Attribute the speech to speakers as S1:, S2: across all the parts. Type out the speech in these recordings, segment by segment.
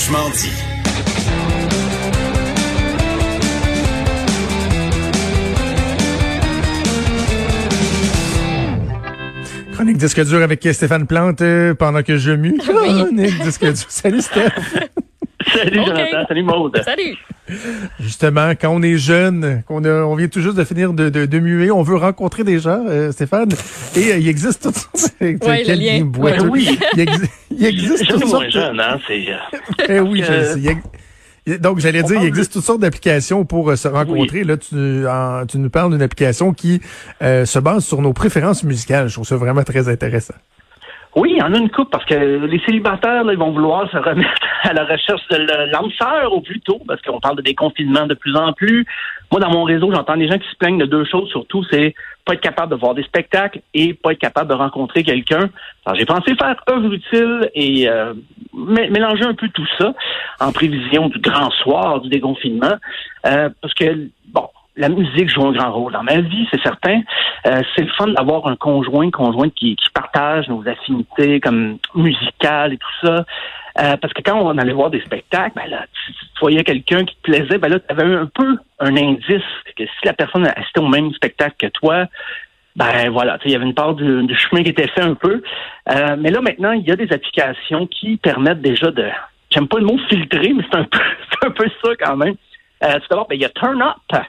S1: Franchement dit.
S2: Chronique disque dur avec Stéphane Plante pendant que je mue. Chronique disque dur. Salut Steph.
S3: Salut Jonathan, salut Maude.
S4: Salut.
S2: Justement, quand on est jeune, on vient tout juste de finir de muer, on veut rencontrer des gens, Stéphane, et il existe toutes sortes...
S4: Ouais, le lien.
S3: Oui.
S2: Il existe toutes sortes...
S3: moins jeune, hein, c'est...
S2: oui, donc, j'allais dire, il existe toutes sortes d'applications pour se rencontrer.
S3: Oui.
S2: Là, tu nous parles d'une application qui se base sur nos préférences musicales. Je trouve ça vraiment très intéressant.
S3: Oui, il y en a une couple, parce que les célibataires, là, ils vont vouloir se remettre à la recherche de l'âme sœur au plus tôt, parce qu'on parle de déconfinement de plus en plus. Moi, dans mon réseau, j'entends des gens qui se plaignent de deux choses, surtout, c'est pas être capable de voir des spectacles et pas être capable de rencontrer quelqu'un. Alors, j'ai pensé faire œuvre utile et mélanger un peu tout ça en prévision du grand soir du déconfinement, parce que, bon, la musique joue un grand rôle dans ma vie, c'est certain. C'est le fun d'avoir un conjointe qui partage nos affinités comme musicales et tout ça. Parce que quand on allait voir des spectacles, ben là, tu voyais quelqu'un qui te plaisait, ben là, tu avais un peu un indice que si la personne assistait au même spectacle que toi, ben voilà, il y avait une part du chemin qui était fait un peu. Mais là, maintenant, il y a des applications qui permettent déjà de... J'aime pas le mot filtrer, mais c'est un peu ça quand même. Tout d'abord, ben, il y a Turn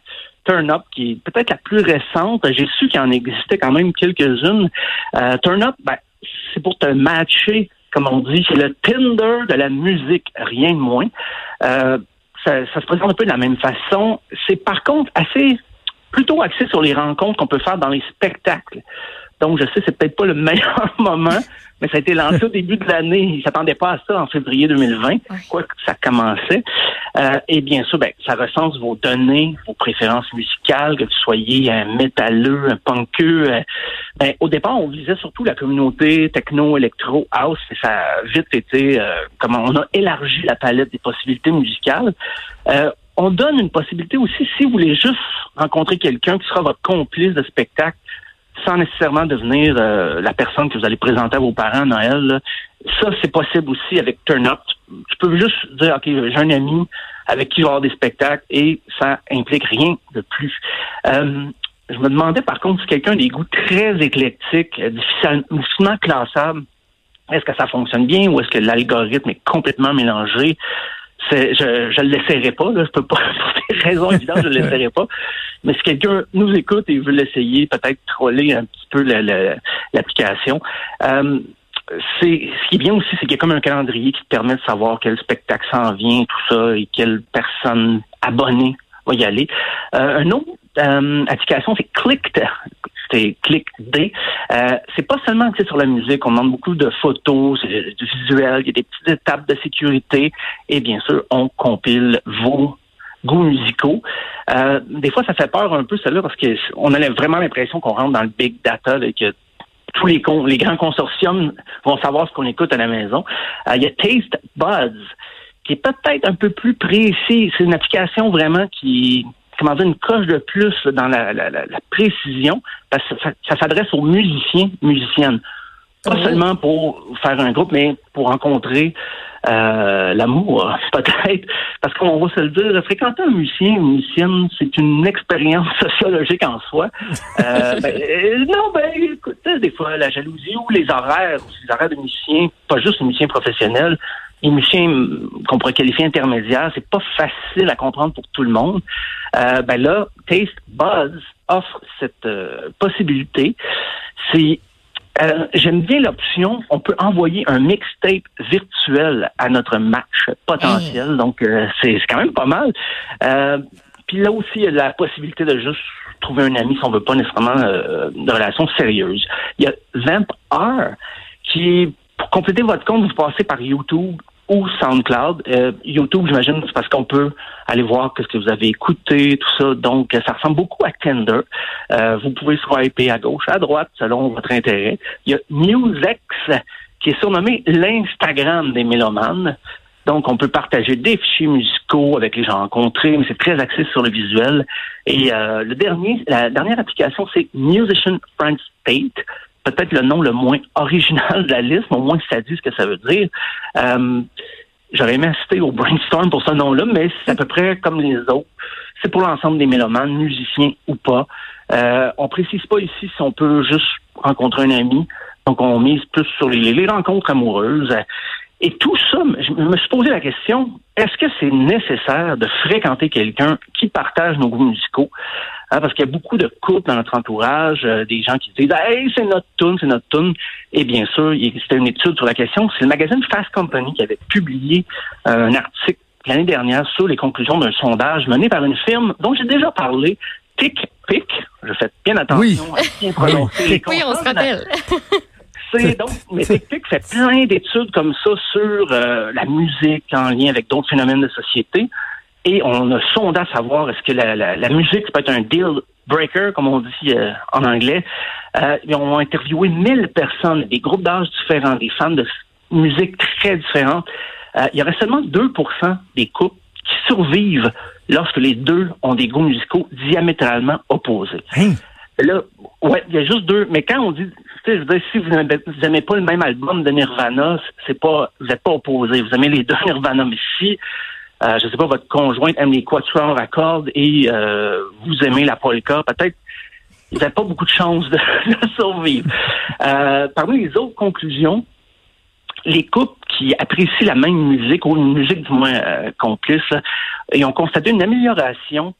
S3: Up, qui est peut-être la plus récente. J'ai su qu'il en existait quand même quelques-unes. Turn Up, ben, c'est pour te matcher, comme on dit. C'est le Tinder de la musique, rien de moins. Ça se présente un peu de la même façon. C'est par contre plutôt axé sur les rencontres qu'on peut faire dans les spectacles. Donc, je sais, c'est peut-être pas le meilleur moment, mais ça a été lancé au début de l'année. Ils s'attendaient pas à ça en février 2020, quoi que ça commençait. Et bien sûr, ben, ça recense vos données, vos préférences musicales, que vous soyez un métalleux, un punkeux. Ben, au départ, on visait surtout la communauté techno, électro, house, et ça a vite été, comment on a élargi la palette des possibilités musicales. On donne une possibilité aussi, si vous voulez juste rencontrer quelqu'un qui sera votre complice de spectacle, sans nécessairement devenir la personne que vous allez présenter à vos parents à Noël. Là. Ça, c'est possible aussi avec Turn Up. Tu peux juste dire, OK, j'ai un ami avec qui je vais avoir des spectacles et ça implique rien de plus. Je me demandais, par contre, si quelqu'un a des goûts très éclectiques, difficilement classables, est-ce que ça fonctionne bien ou est-ce que l'algorithme est complètement mélangé? Je le laisserai pas, là, je peux pas, pour des raisons évidentes, je le laisserai pas. Mais si quelqu'un nous écoute et veut l'essayer, peut-être troller un petit peu l'application. Ce qui est bien aussi, c'est qu'il y a comme un calendrier qui te permet de savoir quel spectacle s'en vient, tout ça, et quelle personne abonnée va y aller. Une autre application, c'est Clickd. C'est Clickd. C'est pas seulement axé sur la musique, on demande beaucoup de photos, c'est du visuel, il y a des petites étapes de sécurité et bien sûr, on compile vos goûts musicaux. Des fois, ça fait peur un peu, celle-là, parce que on a vraiment l'impression qu'on rentre dans le big data, là, que tous les grands consortiums vont savoir ce qu'on écoute à la maison. Il y a Taste Buds, qui est peut-être un peu plus précis. C'est une application vraiment qui... comment dire, une coche de plus dans la précision, parce que ça s'adresse aux musiciennes. Pas seulement pour faire un groupe, mais pour rencontrer l'amour, peut-être. Parce qu'on va se le dire, fréquenter un musicien ou une musicienne, c'est une expérience sociologique en soi. Écoute, des fois, la jalousie ou les horaires de musiciens, pas juste les musiciens professionnels, les musiciens qu'on pourrait qualifier intermédiaires, c'est pas facile à comprendre pour tout le monde. Là, Taste Buds offre cette possibilité. J'aime bien l'option, on peut envoyer un mixtape virtuel à notre match potentiel, donc c'est quand même pas mal. Puis là aussi, il y a la possibilité de juste trouver un ami si on veut pas nécessairement de relation sérieuse. Il y a VampR qui, pour compléter votre compte, vous passez par YouTube ou SoundCloud. YouTube, j'imagine, c'est parce qu'on peut aller voir ce que vous avez écouté, tout ça. Donc, ça ressemble beaucoup à Tinder. Vous pouvez swiper à gauche, à droite, selon votre intérêt. Il y a Musex, qui est surnommé l'Instagram des mélomanes. Donc, on peut partager des fichiers musicaux avec les gens rencontrés, mais c'est très axé sur le visuel. Et la dernière application, c'est Musician Friends State. Peut-être le nom le moins original de la liste, mais au moins ça dit ce que ça veut dire. J'aurais aimé assister au brainstorm pour ce nom-là, mais c'est à peu près comme les autres. C'est pour l'ensemble des mélomanes, musiciens ou pas. On précise pas ici si on peut juste rencontrer un ami. Donc, on mise plus sur les rencontres amoureuses. Et tout ça, je me suis posé la question, est-ce que c'est nécessaire de fréquenter quelqu'un qui partage nos goûts musicaux? Parce qu'il y a beaucoup de couples dans notre entourage, des gens qui disent « Hey, c'est notre tune. » Et bien sûr, il existait une étude sur la question. C'est le magazine Fast Company qui avait publié un article l'année dernière sur les conclusions d'un sondage mené par une firme dont j'ai déjà parlé, TickPick. Je fais bien attention à bien prononcer les
S1: Oui, on se rappelle.
S3: Mais TickPick fait plein d'études comme ça sur la musique en lien avec d'autres phénomènes de société. Et on a sondé à savoir est-ce que la musique peut être un deal breaker, comme on dit en anglais. Ils ont interviewé 1000 personnes, des groupes d'âge différents, des fans de musique très différentes. Il y aurait seulement 2% des couples qui survivent lorsque les deux ont des goûts musicaux diamétralement opposés.
S2: Hein?
S3: Là, ouais, il y a juste 2. Mais quand on dit, tu sais, je veux dire, si vous n'aimez pas le même album de Nirvana, vous n'êtes pas opposés. Vous aimez les deux Nirvana. Mais si, je sais pas, votre conjointe aime les quatuors à cordes et vous aimez la polka, peut-être vous n'avez pas beaucoup de chances de survivre. Parmi les autres conclusions, les couples qui apprécient la même musique, ou une musique du moins complice, ils ont constaté une amélioration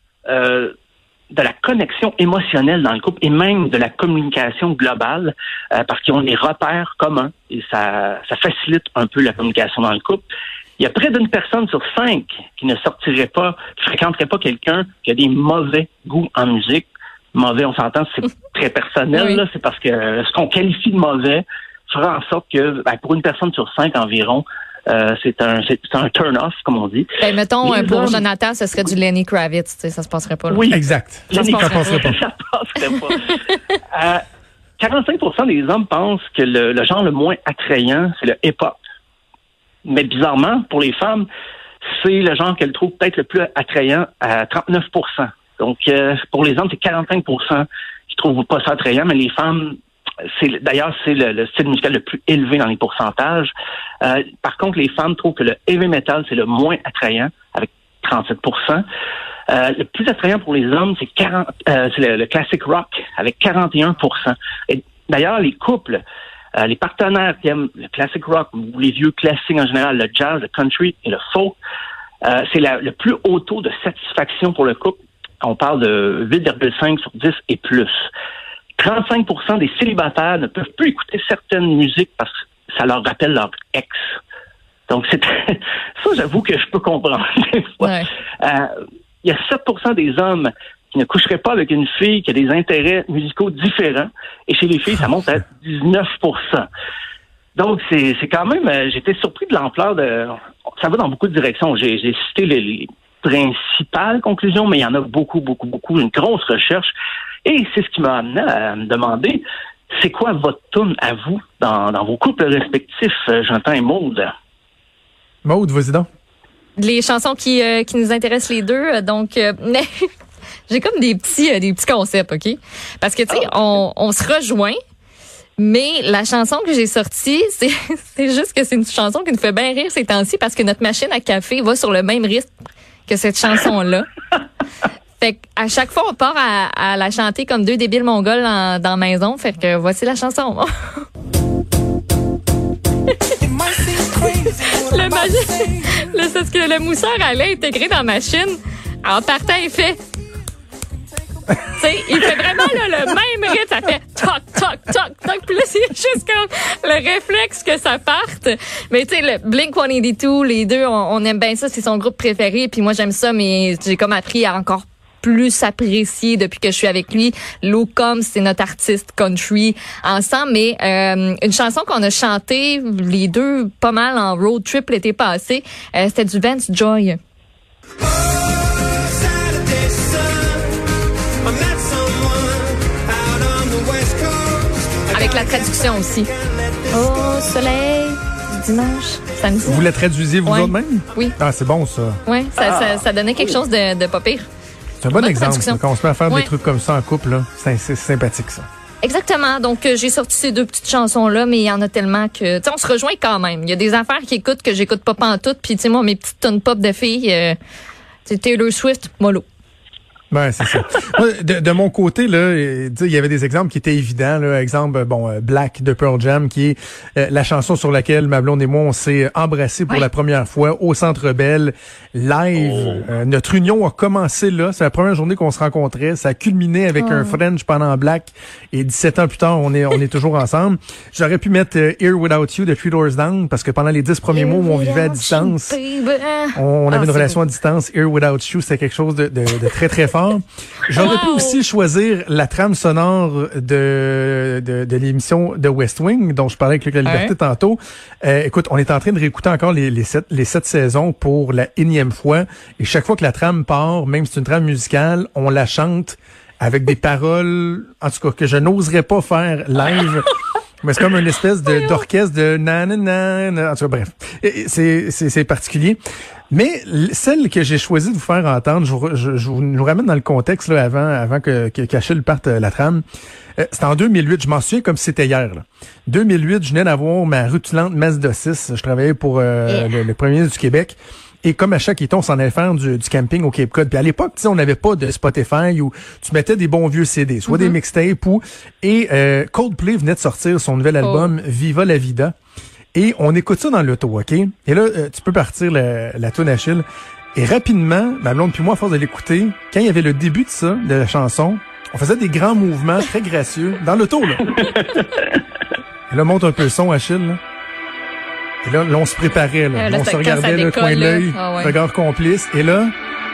S3: de la connexion émotionnelle dans le couple et même de la communication globale, parce qu'ils ont des repères communs et ça facilite un peu la communication dans le couple. Il y a près d'une personne sur 5 qui ne fréquenterait pas quelqu'un qui a des mauvais goûts en musique. Mauvais, on s'entend, c'est très personnel, oui. Là, c'est parce que ce qu'on qualifie de mauvais fera en sorte que, pour une personne sur 5 environ, c'est un turn-off, comme on dit.
S1: Mettons, pour Jonathan, ce serait du Lenny Kravitz, tu sais, ça se passerait pas. Là.
S2: Oui, exact.
S3: Ça se passerait pas. Ça passerait pas. 45% des hommes pensent que le genre le moins attrayant, c'est le hip-hop. Mais bizarrement, pour les femmes, c'est le genre qu'elles trouvent peut-être le plus attrayant à 39%. Donc, pour les hommes, c'est 45% qui trouvent pas ça attrayant, mais les femmes, c'est le style musical le plus élevé dans les pourcentages. Par contre, les femmes trouvent que le heavy metal, c'est le moins attrayant, avec 37%. Le plus attrayant pour les hommes, c'est le classic rock, avec 41%. Et d'ailleurs, les couples, les partenaires qui aiment le classic rock ou les vieux classiques en général, le jazz, le country et le folk, c'est le plus haut taux de satisfaction pour le couple. On parle de 8,5 sur 10 et plus. 35% des célibataires ne peuvent plus écouter certaines musiques parce que ça leur rappelle leur ex. Donc, ça, j'avoue que je peux comprendre. Ouais. Il y a 7% des hommes qui ne coucheraient pas avec une fille qui a des intérêts musicaux différents. Et chez les filles, ça monte à 19%. Donc, c'est quand même... j'étais surpris de l'ampleur de... Ça va dans beaucoup de directions. J'ai cité les principales conclusions, mais il y en a beaucoup, une grosse recherche. Et c'est ce qui m'a amené à me demander, c'est quoi votre tune à vous dans vos couples respectifs, Jonathan et Maude?
S2: Maude, vas-y donc.
S1: Les chansons qui nous intéressent les deux, donc... j'ai comme des petits concepts, OK? Parce que, tu sais, on se rejoint, mais la chanson que j'ai sortie, c'est juste que c'est une chanson qui nous fait bien rire ces temps-ci parce que notre machine à café va sur le même rythme que cette chanson-là. Fait qu'à chaque fois, on part à la chanter comme deux débiles mongols dans la maison. Fait que voici la chanson. C'est ce que le mousseur allait intégrer dans la machine. En partant, il fait... Tu sais, il fait vraiment le même rythme. Ça fait toc, toc, toc, toc. Puis là, c'est juste comme le réflexe que ça parte. Mais tu sais, le Blink-182, les deux, on aime bien ça. C'est son groupe préféré. Puis moi, j'aime ça, mais j'ai comme appris à encore plus apprécié depuis que je suis avec lui. Locom, c'est notre artiste country ensemble. Mais une chanson qu'on a chantée, les deux, pas mal en road trip l'été passé, c'était du Vance Joy. Avec la traduction aussi. Au soleil, dimanche, samedi.
S2: Vous la traduisez vous autres même?
S1: Oui.
S2: Ah, c'est bon ça.
S1: Oui, ça donnait quelque chose de pas pire.
S2: C'est un bon exemple. Quand on se met à faire des trucs comme ça en couple, là, c'est sympathique ça.
S1: Exactement. Donc, j'ai sorti ces 2 petites chansons-là, mais il y en a tellement que, tu sais, on se rejoint quand même. Il y a des affaires qui écoutent que j'écoute pas pantoute, puis tu sais, moi, mes petites tonnes pop de filles, c'est Taylor Swift, mollo.
S2: Ouais, c'est ça. Moi, de mon côté, là, il y avait des exemples qui étaient évidents. Là, exemple, Black de Pearl Jam, qui est la chanson sur laquelle ma blonde et moi, on s'est embrassés pour la première fois au Centre Bell, live. Notre union a commencé là. C'est la première journée qu'on se rencontrait. Ça a culminé avec un French pendant Black. Et 17 ans plus tard, on est toujours ensemble. J'aurais pu mettre Here Without You de Three Doors Down, parce que pendant les 10 premiers mois où on vivait à distance, on avait une relation à distance. Here Without You, c'était quelque chose de très, très fort. J'aurais pu aussi choisir la trame sonore de l'émission de West Wing, dont je parlais avec Luc La Liberté tantôt. Écoute, on est en train de réécouter encore les 7 saisons pour la 1e fois. Et chaque fois que la trame part, même si c'est une trame musicale, on la chante avec des paroles, en tout cas, que je n'oserais pas faire live. Mais c'est comme une espèce d'orchestre de nanana. En tout cas, bref. C'est particulier. Mais celle que j'ai choisi de vous faire entendre, je vous ramène dans le contexte là, avant qu'Achille parte la trame. C'était en 2008, je m'en souviens comme si c'était hier. Là. 2008, je venais d'avoir ma rutilante Mazda 6. Je travaillais pour le premier ministre du Québec. Et comme à chaque été, on s'en allait faire du camping au Cape Cod. Puis à l'époque, tu sais, on n'avait pas de Spotify où tu mettais des bons vieux CD, soit des mixtapes ou... Et Coldplay venait de sortir son nouvel album Viva la Vida. Et on écoute ça dans l'auto, OK? Et là, tu peux partir la toune Achille. Et rapidement, ma blonde puis moi, à force de l'écouter, quand il y avait le début de ça, de la chanson, on faisait des grands mouvements très gracieux dans l'auto, là. Et là, monte un peu le son, Achille, là. Et là, on se préparait, là. On se regardait le coin de l'œil, regard complice. Et là,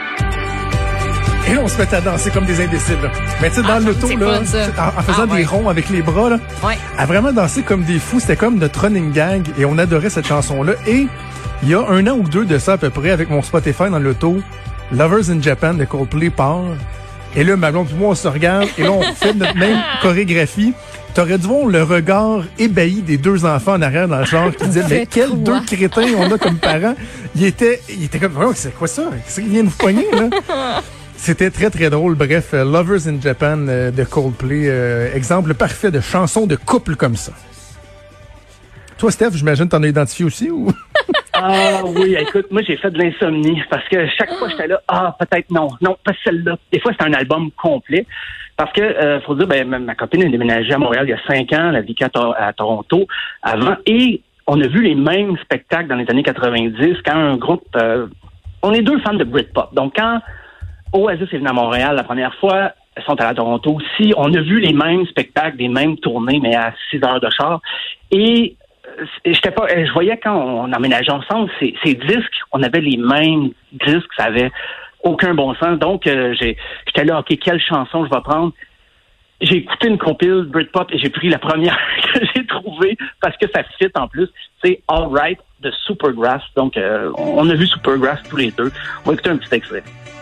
S2: on se mettait à danser comme des imbéciles, là. Mais tu sais, dans l'auto, là, en faisant des ronds avec les bras, là, à vraiment danser comme des fous. C'était comme notre running gag. Et on adorait cette chanson-là. Et il y a 1 an ou 2 de ça à peu près, avec mon Spotify dans l'auto, Lovers in Japan de Coldplay part. Et là, ma blonde et moi, on se regarde. Et là, on fait notre même chorégraphie. T'aurais dû voir le regard ébahi des 2 enfants en arrière dans le genre qui disaient, mais quels 2 crétins on a comme parents. Il était comme, oh, c'est quoi ça? Qu'est-ce qui vient de vous pogner, là? C'était très, très drôle. Bref, Lovers in Japan de Coldplay, exemple parfait de chanson de couple comme ça. Toi, Steph, j'imagine t'en as identifié aussi, ou?
S3: Ah oui, écoute, moi j'ai fait de l'insomnie parce que chaque fois j'étais là, peut-être non, pas celle-là. Des fois c'était un album complet parce que faut dire, ma copine a déménagé à Montréal il y a 5 ans, elle a vécu à Toronto avant, et on a vu les mêmes spectacles dans les années 90 quand un groupe, on est 2 fans de Britpop, donc quand Oasis est venu à Montréal la première fois, elles sont allées à Toronto aussi, on a vu les mêmes spectacles, les mêmes tournées, mais à 6 heures de char, et je voyais quand on emménageait ensemble, ces disques, on avait les mêmes disques, ça avait aucun bon sens. Donc, j'étais là, OK, quelle chanson je vais prendre? J'ai écouté une compile Britpop et j'ai pris la première que j'ai trouvée parce que ça fit en plus. C'est All Right de Supergrass. Donc, on a vu Supergrass tous les 2. On va écouter un petit extrait.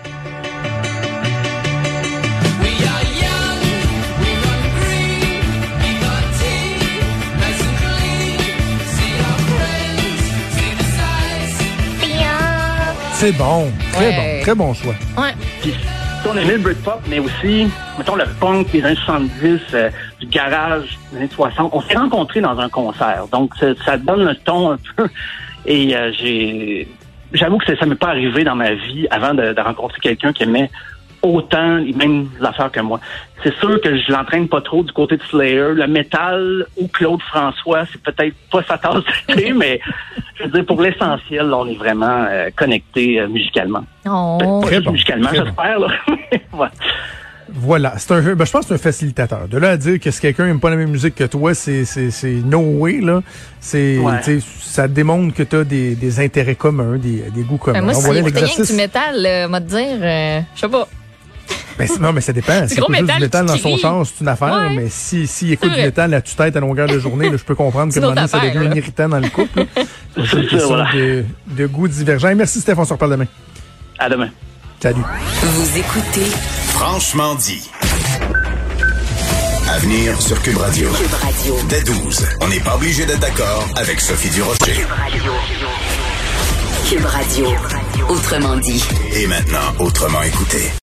S2: C'est bon. Très bon choix.
S1: Ouais.
S3: Puis, on aimait le Britpop, mais aussi, mettons, le punk des années 70, du garage des années 60. On s'est rencontrés dans un concert. Donc, ça donne le ton un peu. Et j'avoue que ça m'est pas arrivé dans ma vie avant de rencontrer quelqu'un qui aimait autant les mêmes affaires que moi. C'est sûr que je l'entraîne pas trop du côté de Slayer. Le métal ou Claude François, c'est peut-être pas sa tasse de thé, mais je veux dire, pour l'essentiel, on est vraiment connectés musicalement.
S2: Très bon.
S3: Musicalement, j'espère. Là.
S2: Voilà. Je pense que c'est un facilitateur. De là à dire que si quelqu'un n'aime pas la même musique que toi, c'est no way, là. Ça démontre que tu as des intérêts communs, des goûts communs.
S1: Moi, si écouter rien que du métal, moi te dire, je sais pas.
S2: Non, mais ça dépend. Si écoute du métal dans son sens, c'est une affaire, mais s'il écoute du métal à tue-tête à longueur de journée, là, je peux comprendre que maintenant ça devient irritant dans le couple. C'est une question de goûts divergents. Et merci, Steph, on se reparle demain.
S3: À demain.
S2: Salut.
S4: Vous écoutez
S5: Franchement dit. À venir sur Cube Radio. Dès 12. On n'est pas obligé d'être d'accord avec Sophie Durocher.
S4: Cube Radio. Autrement dit.
S5: Et maintenant, autrement écouté.